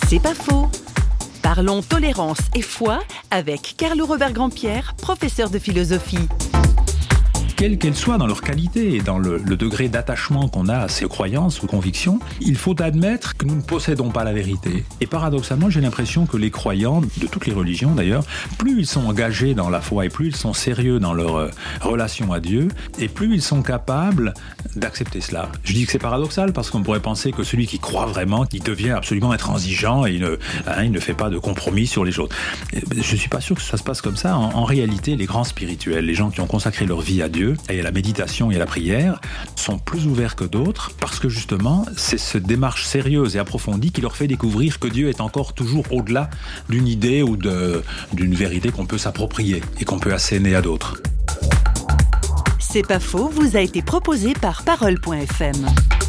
C'est pas faux. Parlons tolérance et foi avec Carlo Robert Grandpierre, professeur de philosophie. Quelles qu'elles soient dans leur qualité et dans le degré d'attachement qu'on a à ces croyances ou convictions, il faut admettre que nous ne possédons pas la vérité. Et paradoxalement, j'ai l'impression que les croyants, de toutes les religions d'ailleurs, plus ils sont engagés dans la foi et plus ils sont sérieux dans leur relation à Dieu, et plus ils sont capables d'accepter cela. Je dis que c'est paradoxal parce qu'on pourrait penser que celui qui croit vraiment, il devient absolument intransigeant et il ne fait pas de compromis sur les choses. Je ne suis pas sûr que ça se passe comme ça. En réalité, les grands spirituels, les gens qui ont consacré leur vie à Dieu, et à la méditation et à la prière, sont plus ouverts que d'autres parce que justement, c'est cette démarche sérieuse et approfondie qui leur fait découvrir que Dieu est encore toujours au-delà d'une idée ou d'une vérité qu'on peut s'approprier et qu'on peut asséner à d'autres. C'est pas faux, vous a été proposé par Parole.fm.